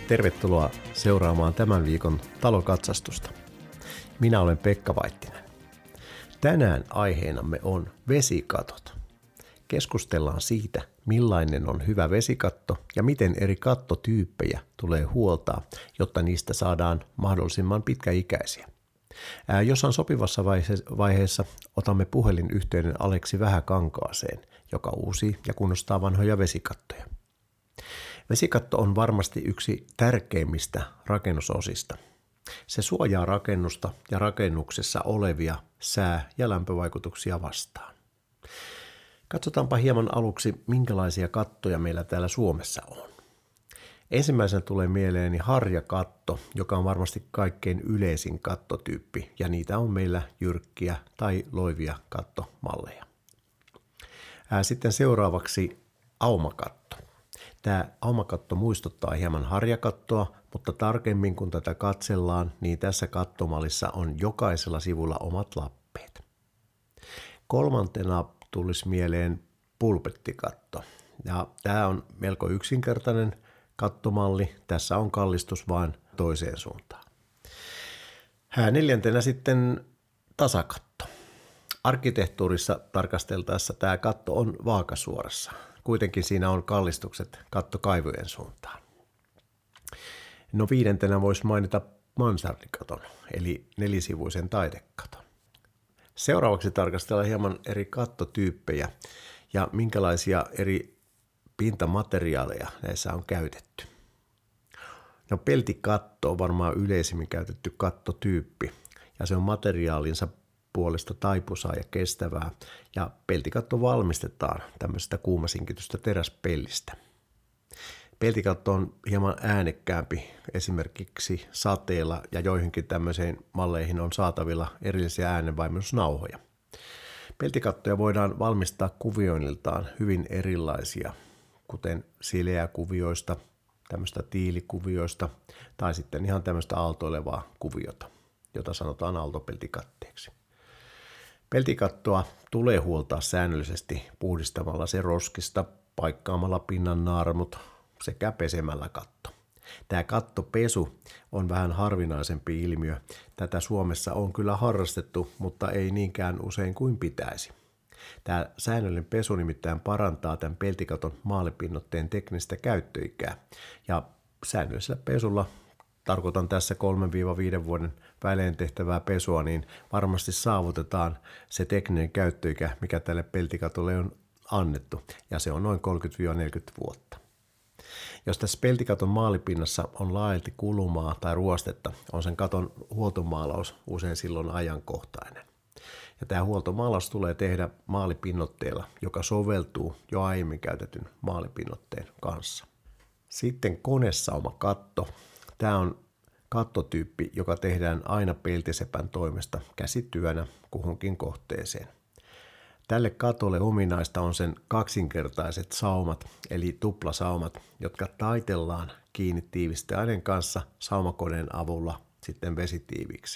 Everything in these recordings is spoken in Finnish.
Tervetuloa seuraamaan tämän viikon talokatsastusta. Minä olen Pekka Vaittinen. Tänään aiheenamme on vesikatot. Keskustellaan siitä, millainen on hyvä vesikatto ja miten eri kattotyyppejä tulee huoltaa, jotta niistä saadaan mahdollisimman pitkäikäisiä. Jossain sopivassa vaiheessa otamme puhelinyhteyden Aleksi Vähäkankaaseen, joka uusii ja kunnostaa vanhoja vesikattoja. Vesikatto on varmasti yksi tärkeimmistä rakennusosista. Se suojaa rakennusta ja rakennuksessa olevia sää- ja lämpövaikutuksia vastaan. Katsotaanpa hieman aluksi, minkälaisia kattoja meillä täällä Suomessa on. Ensimmäisenä tulee mieleeni harjakatto, joka on varmasti kaikkein yleisin kattotyyppi, ja niitä on meillä jyrkkiä tai loivia kattomalleja. Sitten seuraavaksi aumakatto. Tämä aumakatto muistuttaa hieman harjakattoa, mutta tarkemmin kun tätä katsellaan, niin tässä kattomallissa on jokaisella sivulla omat lappeet. Kolmantena tulisi mieleen pulpettikatto. Ja tämä on melko yksinkertainen kattomalli. Tässä on kallistus vain toiseen suuntaan. Neljäntenä sitten tasakatto. Arkkitehtuurissa tarkasteltaessa tämä katto on vaakasuorassa. Kuitenkin siinä on kallistukset kattokaivojen suuntaan. No viidentenä voisi mainita mansardikaton, eli nelisivuisen taidekaton. Seuraavaksi tarkastellaan hieman eri kattotyyppejä ja minkälaisia eri pintamateriaaleja näissä on käytetty. No peltikatto on varmaan yleisimmin käytetty kattotyyppi ja se on materiaalinsa puolesta taipuisaa ja kestävää, ja peltikatto valmistetaan tämmöisestä kuumasinkitystä teräspellistä. Peltikatto on hieman äänekkäämpi esimerkiksi sateella, ja joihinkin tämmöisiin malleihin on saatavilla erillisiä äänenvaimennusnauhoja. Peltikattoja voidaan valmistaa kuvioinniltaan hyvin erilaisia, kuten sileäkuvioista, tämmöistä tiilikuvioista tai sitten ihan tämmöistä aaltoilevaa kuviota, jota sanotaan aaltopeltikatteeksi. Peltikattoa tulee huoltaa säännöllisesti puhdistamalla se roskista, paikkaamalla pinnan naarmut sekä pesemällä katto. Tämä kattopesu on vähän harvinaisempi ilmiö. Tätä Suomessa on kyllä harrastettu, mutta ei niinkään usein kuin pitäisi. Tämä säännöllinen pesu nimittäin parantaa tämän peltikaton maalipinnoitteen teknistä käyttöikää. Ja säännöllisellä pesulla, tarkoitan tässä 3-5 vuoden välein tehtävää pesua, niin varmasti saavutetaan se tekninen käyttöikä, mikä tälle peltikatolle on annettu, ja se on noin 30-40 vuotta. Jos tässä peltikaton maalipinnassa on laajalti kulumaa tai ruostetta, on sen katon huoltomaalaus usein silloin ajankohtainen. Ja tämä huoltomaalaus tulee tehdä maalipinnoitteella, joka soveltuu jo aiemmin käytetyn maalipinnoitteen kanssa. Sitten konesaumakatto. Tämä on kattotyyppi, joka tehdään aina peltisepän toimesta käsityönä kuhunkin kohteeseen. Tälle katolle ominaista on sen kaksinkertaiset saumat, eli tuplasaumat, jotka taitellaan kiinni tiivisteaineen kanssa saumakoneen avulla sitten vesitiiviksi.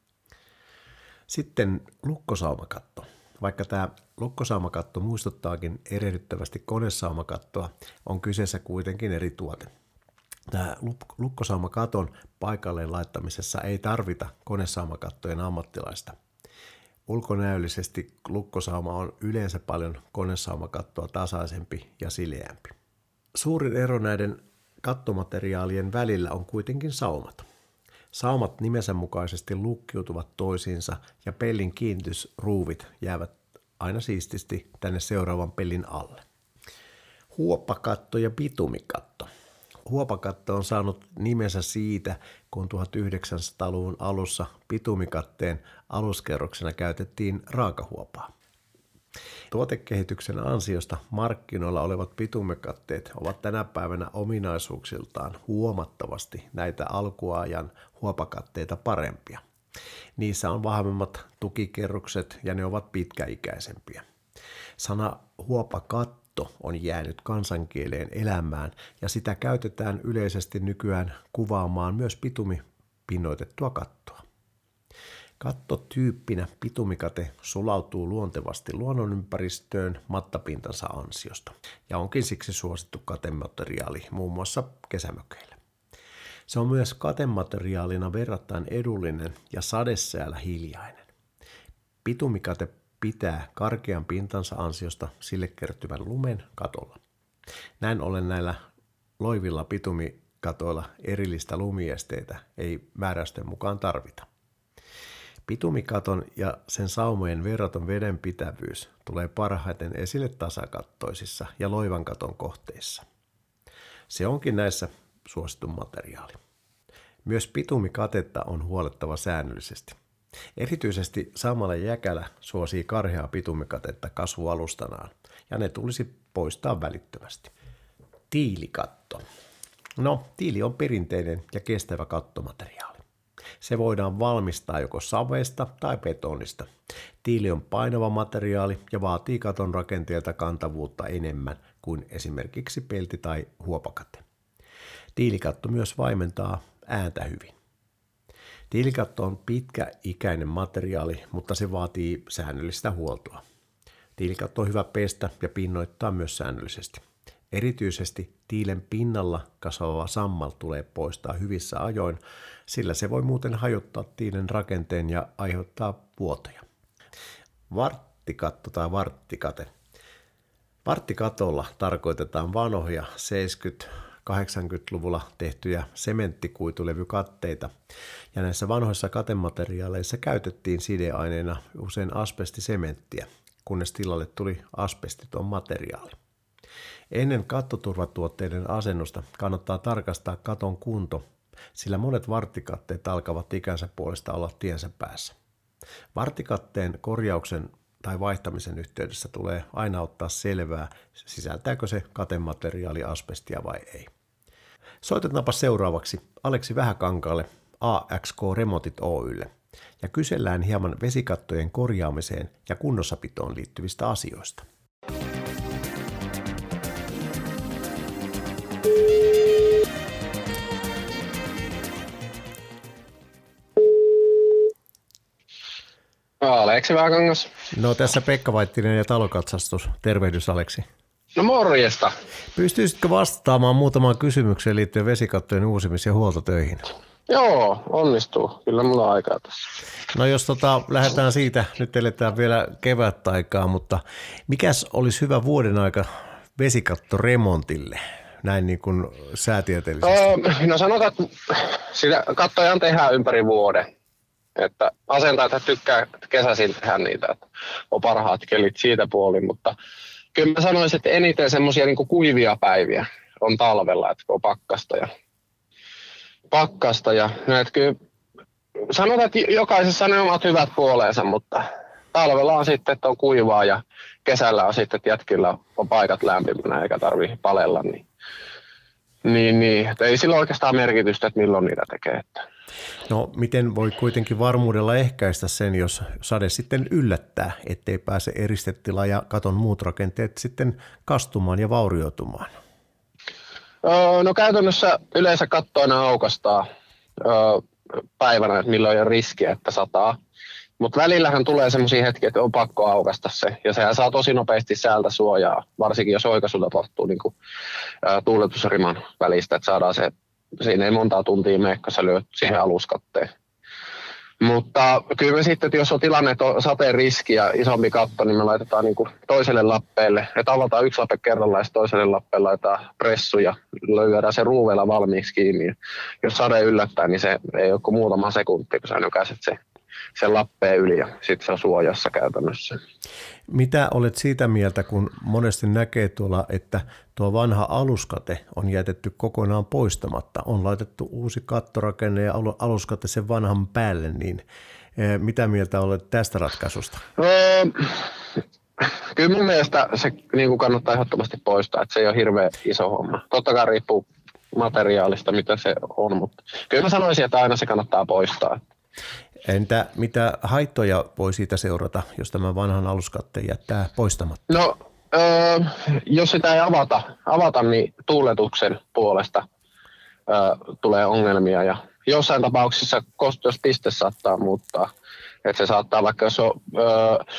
Sitten lukkosaumakatto. Vaikka tämä lukkosaumakatto muistuttaakin erehdyttävästi konesaumakattoa, on kyseessä kuitenkin eri tuote. Tämä lukkosaumakatton paikalleen laittamisessa ei tarvita konesaumakattojen ammattilaista. Ulkonäöllisesti lukkosauma on yleensä paljon konesaumakattoa tasaisempi ja sileämpi. Suurin ero näiden kattomateriaalien välillä on kuitenkin saumat. Saumat nimensä mukaisesti lukkiutuvat toisiinsa ja pellin kiinnitysruuvit jäävät aina siististi tänne seuraavan pellin alle. Huopakatto ja bitumikatto. Huopakatto on saanut nimensä siitä, kun 1900-luvun alussa bitumikatteen aluskerroksena käytettiin raakahuopaa. Tuotekehityksen ansiosta markkinoilla olevat bitumikatteet ovat tänä päivänä ominaisuuksiltaan huomattavasti näitä alkuajan huopakatteita parempia. Niissä on vahvemmat tukikerrokset ja ne ovat pitkäikäisempiä. Sana huopakatto on jäänyt kansankieleen elämään ja sitä käytetään yleisesti nykyään kuvaamaan myös bitumipinnoitettua kattoa. Kattotyyppinä bitumikate sulautuu luontevasti luonnonympäristöön mattapintansa ansiosta ja onkin siksi suosittu katemateriaali muun muassa kesämökeillä. Se on myös katemateriaalina verrattain edullinen ja sadesäällä hiljainen. Bitumikate pitää karkean pintansa ansiosta sille kertyvän lumen katolla. Näin ollen näillä loivilla bitumikatoilla erillistä lumiesteitä ei määräysten mukaan tarvita. Bitumikaton ja sen saumojen verraton vedenpitävyys tulee parhaiten esille tasakattoisissa ja loivan katon kohteissa. Se onkin näissä suosittu materiaali. Myös bitumikatetta on huolettava säännöllisesti. Erityisesti Saamala Jäkälä suosii karheaa bitumikatetta kasvualustanaan, ja ne tulisi poistaa välittömästi. Tiilikatto. No, tiili on perinteinen ja kestävä kattomateriaali. Se voidaan valmistaa joko saveista tai betonista. Tiili on painava materiaali ja vaatii katon rakenteelta kantavuutta enemmän kuin esimerkiksi pelti- tai huopakate. Tiilikatto myös vaimentaa ääntä hyvin. Tiilikatto on pitkäikäinen materiaali, mutta se vaatii säännöllistä huoltoa. Tiilikatto on hyvä pestä ja pinnoittaa myös säännöllisesti. Erityisesti tiilen pinnalla kasvava sammal tulee poistaa hyvissä ajoin, sillä se voi muuten hajottaa tiilen rakenteen ja aiheuttaa vuotoja. Varttikatto tai varttikate. Varttikatolla tarkoitetaan vanhoja 70-80-luvulla tehtyjä sementtikuitulevykatteita, ja näissä vanhoissa katemateriaaleissa käytettiin sideaineena usein asbestisementtiä, kunnes tilalle tuli asbestiton materiaali. Ennen kattoturvatuotteiden asennusta kannattaa tarkastaa katon kunto, sillä monet varttikatteet alkavat ikänsä puolesta olla tiensä päässä. Varttikatteen korjauksen tai vaihtamisen yhteydessä tulee aina ottaa selvää, sisältääkö se katemateriaali asbestia vai ei. Soitetaanpa seuraavaksi Aleksi Vähäkankaalle AXK Remontit Oy:lle ja kysellään hieman vesikattojen korjaamiseen ja kunnossapitoon liittyvistä asioista. Aleksi Vähäkangas. No tässä Pekka Vaittinen ja Talokatsastus. Tervehdys Aleksi. No morjesta. Pystyisitkö vastaamaan muutamaan kysymykseen liittyen vesikattojen uusimis- ja huoltotöihin? Joo, onnistuu. Kyllä mulla on aikaa tässä. No jos lähdetään siitä, nyt eletään vielä kevätaikaa, mutta mikäs olisi hyvä vuoden aika vesikattoremontille, näin niin kuin säätieteellisesti? No sanotaan, että sitä kattoja tehdään ympäri vuoden. Että asentajat tykkää kesäisin tehdä niitä, että on parhaat kelit siitä puolin, mutta kyllä mä sanoisin, että eniten semmoisia niin kuin kuivia päiviä on talvella, että kun on pakkasta ja että kyllä sanotaan, että jokaisessa ne omat hyvät puoleensa, mutta talvella on sitten, että on kuivaa ja kesällä on sitten, että jätkillä on paikat lämpimänä eikä tarvitse palella, niin että ei sillä oikeastaan merkitystä, että milloin niitä tekee. No miten voi kuitenkin varmuudella ehkäistä sen, jos sade sitten yllättää, ettei pääse eristetila ja katon muut rakenteet sitten kastumaan ja vaurioitumaan? No käytännössä yleensä katto aina aukaistaan päivänä, että milloin on riskiä, että sataa. Mutta välillähän tulee semmoisia hetkiä, että on pakko aukaista se. Ja sehän saa tosi nopeasti säältä suojaa, varsinkin jos oikaisu tapahtuu niin kuin tuuletusriman välistä, että saadaan se. Siinä ei montaa tuntia mene, kun sä lyöt siihen aluskatteen. Mutta kyllä me sitten, että jos on tilanne, että on sateen riski ja isompi katto, niin me laitetaan niin kuin toiselle lappeelle. Että avataan yksi lappe kerrallaan ja toiselle lappeelle laitetaan pressu ja lyödään se ruuveilla valmiiksi kiinni. Ja jos sade yllättää, niin se ei ole kuin muutama sekunti, kun sä nykäiset sen lappeen yli ja sitten se on suojassa käytännössä. Mitä olet siitä mieltä, kun monesti näkee tuolla, että tuo vanha aluskate on jätetty kokonaan poistamatta, on laitettu uusi kattorakenne ja aluskate sen vanhan päälle, niin mitä mieltä olet tästä ratkaisusta? Kyllä mun mielestä se niin kuin kannattaa ehdottomasti poistaa, että se ei ole hirveän iso homma. Totta kai riippuu materiaalista, mitä se on, mutta kyllä mä sanoisin, että aina se kannattaa poistaa. Entä mitä haittoja voi siitä seurata, jos tämän vanhan aluskatteen jättää poistamatta? No, jos sitä ei avata niin tuuletuksen puolesta tulee ongelmia ja jossain tapauksissa kosteuspiste saattaa muuttaa. Että se saattaa, vaikka jos on,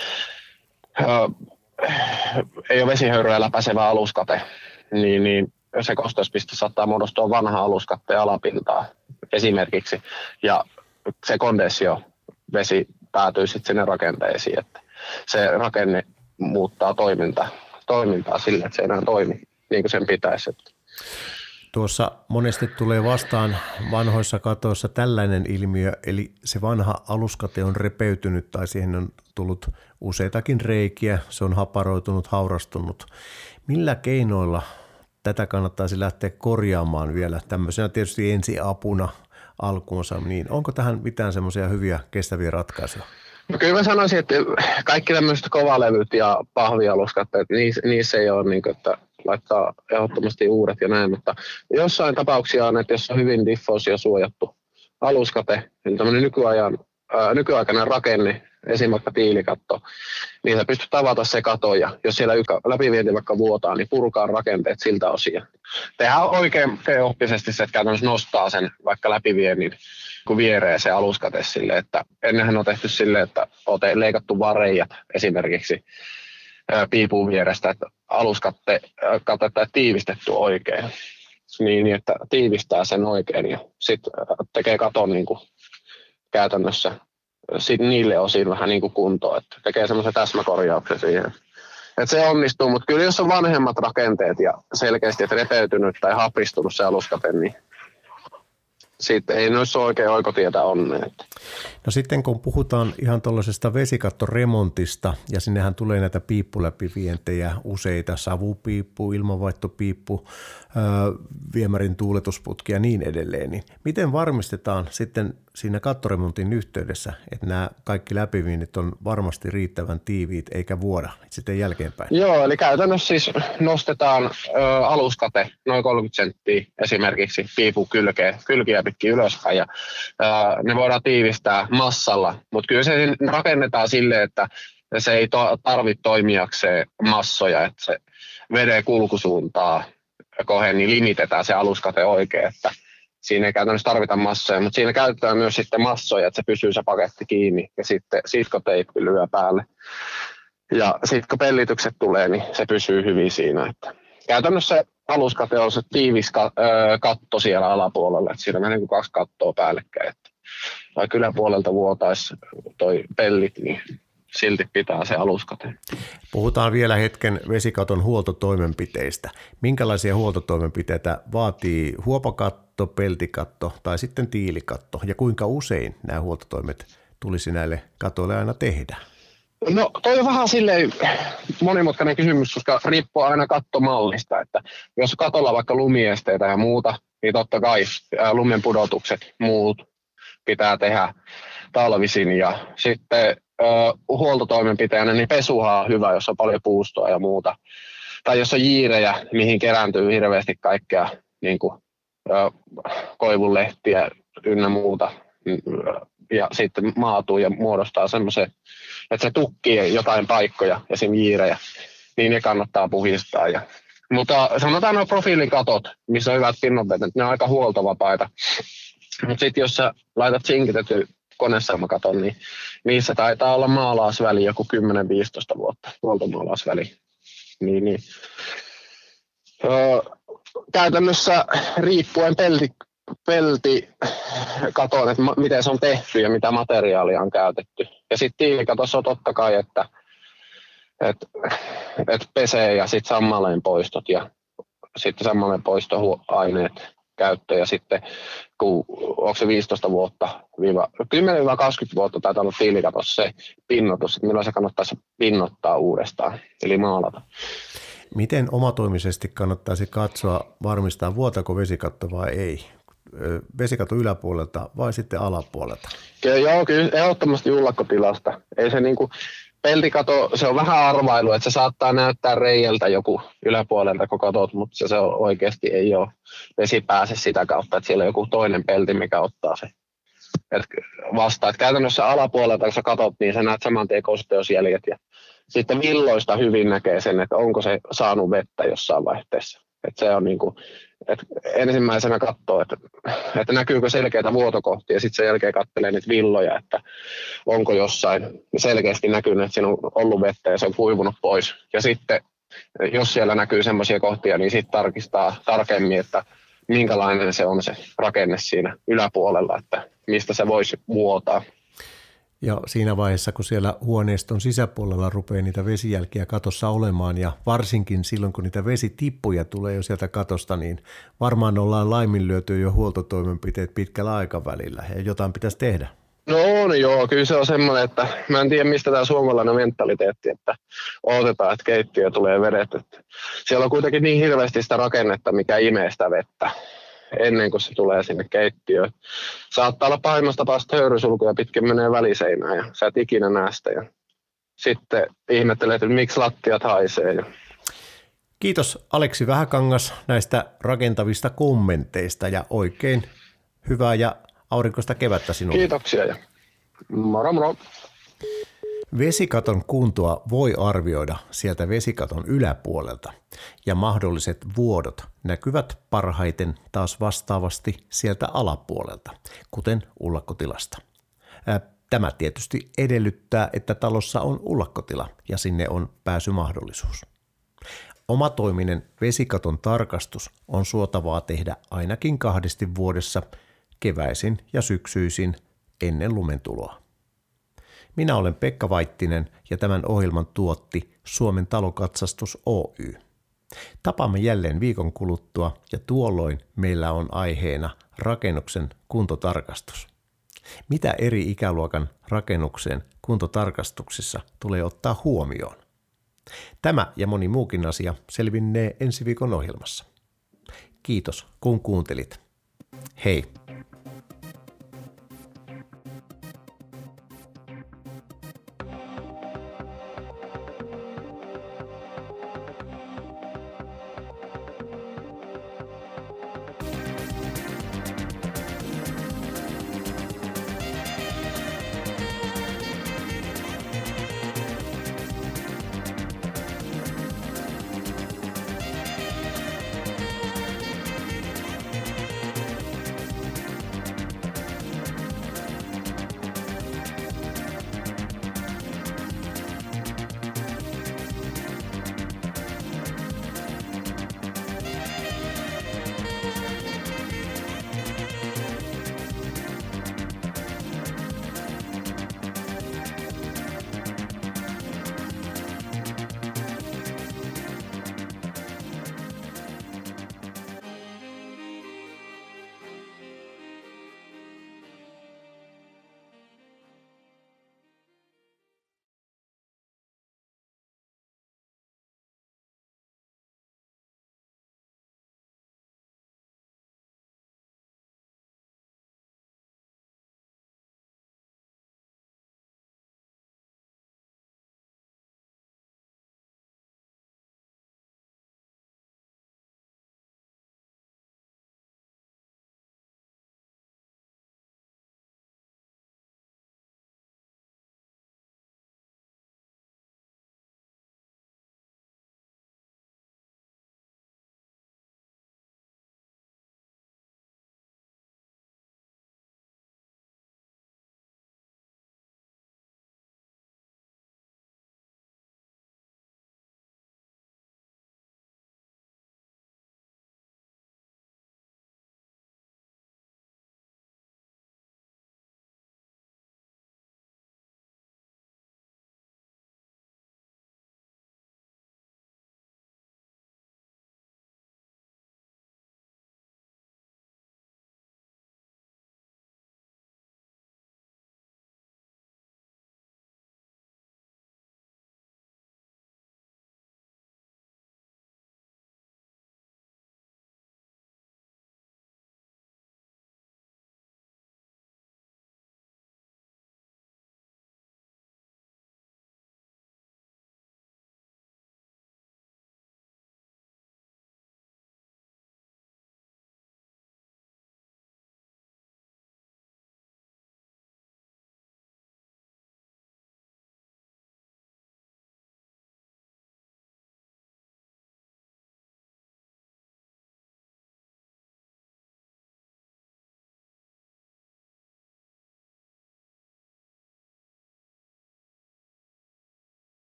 ei ole vesihöyryä läpäisevä aluskate, niin se kosteuspiste saattaa muodostua vanha aluskatteen alapintaa esimerkiksi, ja se kondensio-vesi päätyy sitten sinne rakenteisiin, että se rakenne muuttaa toimintaa sille, että se enää toimi niin kuin sen pitäisi. Tuossa monesti tulee vastaan vanhoissa katoissa tällainen ilmiö, eli se vanha aluskate on repeytynyt tai siihen on tullut useitakin reikiä, se on haparoitunut, haurastunut. Millä keinoilla tätä kannattaisi lähteä korjaamaan vielä tämmöisenä tietysti ensiapuna alkuunsa, niin onko tähän mitään semmoisia hyviä kestäviä ratkaisuja? No kyllä mä sanoisin, että kaikki tämmöiset kovalevyt ja pahvialuskatteet, niissä ei ole niin kuin, että laittaa ehdottomasti uudet ja näin, mutta jossain tapauksia on, että jos on hyvin diffoos ja suojattu aluskate, niin tämmöinen nykyaikainen rakenne, esimerkiksi vaikka tiilikatto, niin sä pystyt avata se kato ja jos siellä läpivienti vaikka vuotaa, niin purkaa rakenteet siltä osia. Tehdään oikein oppisesti se, että käytännössä nostaa sen vaikka läpiviennin kun vieree se aluskate sille, että ennenhän on tehty sille, että on leikattu vareijat esimerkiksi piipuun vierestä, että aluskatetta tiivistetty oikein, niin että tiivistää sen oikein ja sitten tekee katon niin kuin käytännössä sit niille osin vähän niin kuin kuntoon, että tekee semmoisen täsmäkorjauksen siihen. Että se onnistuu, mutta kyllä jos on vanhemmat rakenteet ja selkeästi repeytynyt tai hapristunut se aluskate, niin siitä ei noissa oikein oikotietä onneen. No sitten kun puhutaan ihan tuollaisesta vesikattoremontista ja sinnehän tulee näitä piippuläpivientejä useita, savupiippu, ilmanvaihtopiippu, viemärin tuuletusputki ja niin edelleen, niin miten varmistetaan sitten siinä kattoremontin yhteydessä, että nämä kaikki läpiviinnit on varmasti riittävän tiiviit eikä vuoda sitten jälkeenpäin? Joo, eli käytännössä siis nostetaan aluskate noin 30 senttiä esimerkiksi piipun kylkiä pitkin ylöspäin ja ne voidaan tiivistää massalla, mutta kyllä se rakennetaan silleen, että se ei tarvitse toimijakseen massoja, että se veden kulkusuuntaa kohden niin limitetään se aluskate oikein, että siinä ei käytännössä tarvita massoja, mutta siinä käytetään myös sitten massoja, että se pysyy se paketti kiinni ja sitten sitkoteippi lyö päälle. Ja sitten kun pellitykset tulee, niin se pysyy hyvin siinä. Että käytännössä aluskate on se tiivis katto siellä alapuolella, että siinä on niin kuin 2 kattoa päällekkäin. Että vaikka yläpuolelta vuotaisi toi pellit, niin silti pitää se aluskate. Puhutaan vielä hetken vesikaton huoltotoimenpiteistä. Minkälaisia huoltotoimenpiteitä vaatii huopakatto, peltikatto tai sitten tiilikatto? Ja kuinka usein nämä huoltotoimet tulisi näille katoille aina tehdä? No toi on vähän silleen monimutkainen kysymys, koska riippuu aina kattomallista. Että jos katolla on vaikka lumiesteitä ja muuta, niin totta kai lumen pudotukset, muut pitää tehdä talvisin. Ja sitten huoltotoimenpiteenä, niin pesuhan on hyvä, jos on paljon puustoa ja muuta. Tai jos on jiirejä, mihin kerääntyy hirveästi kaikkea niin kuin, koivunlehtiä ynnä muuta. Ja sitten maatuu ja muodostaa semmoisen, että se tukkii jotain paikkoja, esim. Jiirejä, niin ne kannattaa puhdistaa. Mutta sanotaan nuo profiilikatot, missä on hyvät pinnonvedet, ne on aika huoltovapaita. Mutta sitten jos sä laitat sinkitetyn konesaumakaton, niin niissä taitaa olla maalausväli joku 10-15 vuotta, huoltomaalausväli. Käytännössä riippuen peltikaton, että miten se on tehty ja mitä materiaalia on käytetty. Ja sitten tiilikatossa on totta kai, että pesee ja sitten sammaleen poistot ja sitten sammaleen poistoaineet käyttö ja sitten onko se 15 vuotta, 10-20 vuotta taitaa olla tiilikatossa se pinnotus, että milloin se kannattaisi pinnottaa uudestaan, eli maalata. Miten omatoimisesti kannattaisi katsoa, varmistaa vuotako vesikatto vai ei? Vesikato yläpuolelta vai sitten alapuolelta? Joo, kyllä ehdottomasti ullakkotilasta. Ei se niinku, peltikato, se on vähän arvailu, että se saattaa näyttää reijältä joku yläpuolelta koko katot, mutta se oikeasti ei ole. Vesi pääse sitä kautta, että siellä on joku toinen pelti, mikä ottaa se vastaan. Et käytännössä alapuolelta, kun sä katot, niin sä näet saman tien kosteusjäljet ja sitten villoista hyvin näkee sen, että onko se saanut vettä jossain vaihteessa. Että se on niinku, että ensimmäisenä katsoo, että näkyykö selkeitä vuotokohtia ja sitten sen jälkeen katselee niitä villoja, että onko jossain selkeästi näkynyt, että siinä on ollut vettä ja se on kuivunut pois. Ja sitten jos siellä näkyy semmoisia kohtia, niin sitten tarkistaa tarkemmin, että minkälainen se on se rakenne siinä yläpuolella, että mistä se voisi vuotaa. Ja siinä vaiheessa, kun siellä huoneiston sisäpuolella rupeaa niitä vesijälkiä katossa olemaan, ja varsinkin silloin, kun niitä vesitippuja tulee jo sieltä katosta, niin varmaan ollaan laiminlyöty jo huoltotoimenpiteet pitkällä aikavälillä, ja jotain pitäisi tehdä. No on joo, kyllä se on semmoinen, että mä en tiedä mistä tämä suomalainen mentaliteetti, että odotetaan, että keittiö tulee vedet. Että siellä on kuitenkin niin hirveästi sitä rakennetta, mikä imee sitä vettä ennen kuin se tulee sinne keittiöön. Saattaa olla pahimmasta tapauksesta höyrysulkuja pitkin menee väliseinään ja sä et ikinä näe sitä. Ja sitten ihmettelee, että miksi lattiat haisee. Kiitos Aleksi Vähäkangas näistä rakentavista kommenteista ja oikein hyvää ja aurinkoista kevättä sinulle. Kiitoksia ja moro moro. Vesikaton kuntoa voi arvioida sieltä vesikaton yläpuolelta ja mahdolliset vuodot näkyvät parhaiten taas vastaavasti sieltä alapuolelta, kuten ullakkotilasta. Tämä tietysti edellyttää, että talossa on ullakkotila ja sinne on pääsymahdollisuus. Omatoiminen vesikaton tarkastus on suotavaa tehdä ainakin 2 vuodessa keväisin ja syksyisin ennen lumentuloa. Minä olen Pekka Vaittinen ja tämän ohjelman tuotti Suomen Talokatsastus Oy. Tapaamme jälleen viikon kuluttua ja tuolloin meillä on aiheena rakennuksen kuntotarkastus. Mitä eri ikäluokan rakennuksen kuntotarkastuksissa tulee ottaa huomioon? Tämä ja moni muukin asia selvinnee ensi viikon ohjelmassa. Kiitos kun kuuntelit. Hei!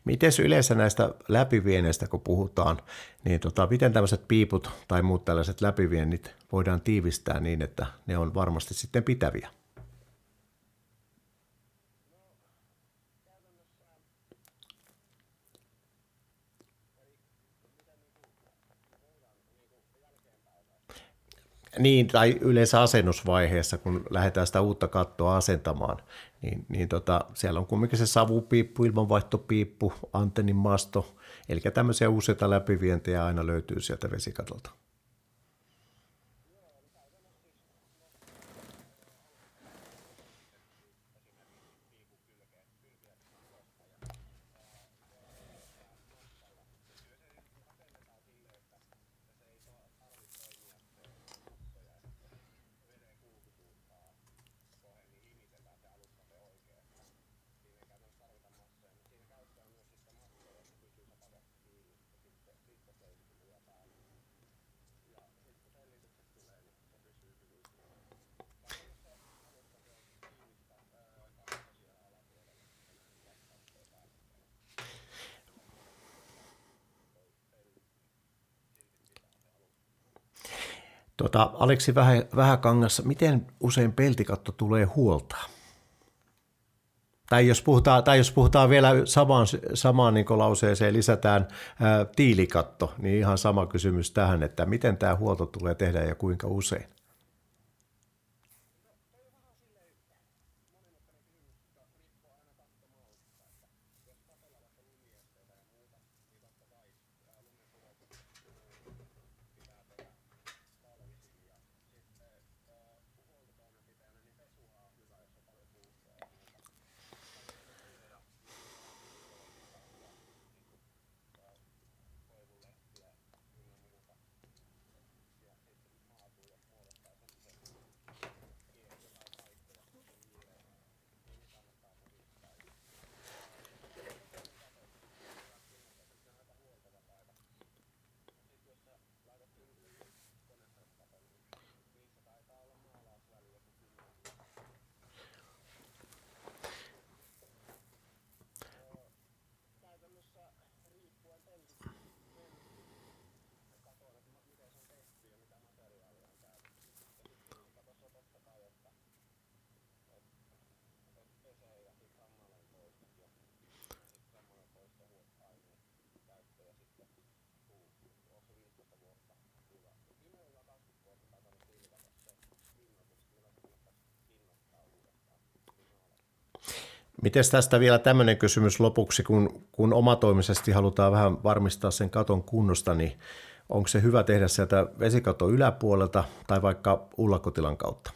Miten yleensä näistä läpivieneistä, kun puhutaan, niin miten tämmöiset piiput tai muut tällaiset läpiviennit voidaan tiivistää niin, että ne on varmasti sitten pitäviä? Niin, tai yleensä asennusvaiheessa, kun lähdetään sitä uutta kattoa asentamaan, niin siellä on kuitenkin se savupiippu, ilmanvaihtopiippu, antennin masto, eli tämmöisiä useita läpivientejä aina löytyy sieltä vesikatolta. Aleksi Vähäkangas, miten usein peltikatto tulee huoltaa? Tai jos puhutaan vielä samaan niin lauseeseen lisätään tiilikatto, niin ihan sama kysymys tähän, että miten tämä huolto tulee tehdä ja kuinka usein? Miten tästä vielä tämmöinen kysymys lopuksi, kun omatoimisesti halutaan vähän varmistaa sen katon kunnosta, niin onko se hyvä tehdä sieltä vesikaton yläpuolelta tai vaikka ullakotilan kautta?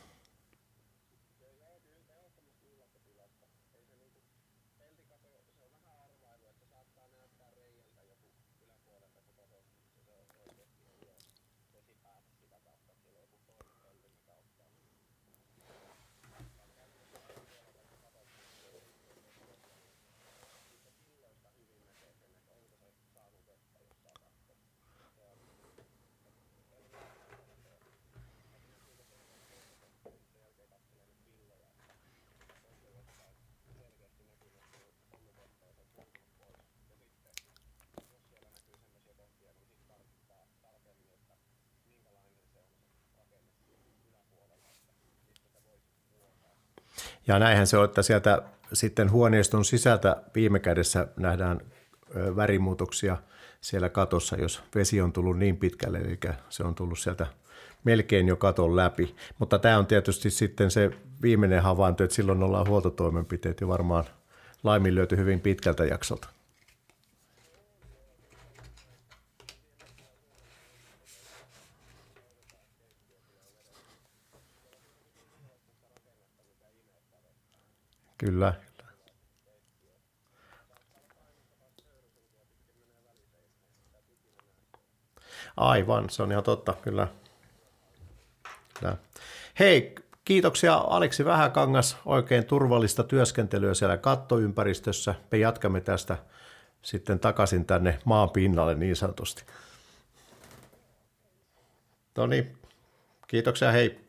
Ja näinhän se on, että sieltä sitten huoneiston sisältä viime kädessä nähdään värimuutoksia siellä katossa, jos vesi on tullut niin pitkälle, eli se on tullut sieltä melkein jo katon läpi. Mutta tämä on tietysti sitten se viimeinen havainto, että silloin ollaan huoltotoimenpiteet jo varmaan laiminlyöty hyvin pitkältä jaksolta. Kyllä. Aivan, se on ihan totta, kyllä. Hei, kiitoksia Aleksi Vähäkangas, oikein turvallista työskentelyä siellä kattoympäristössä. Me jatkamme tästä sitten takaisin tänne maan pinnalle niin sanotusti. No niin, kiitoksia, hei.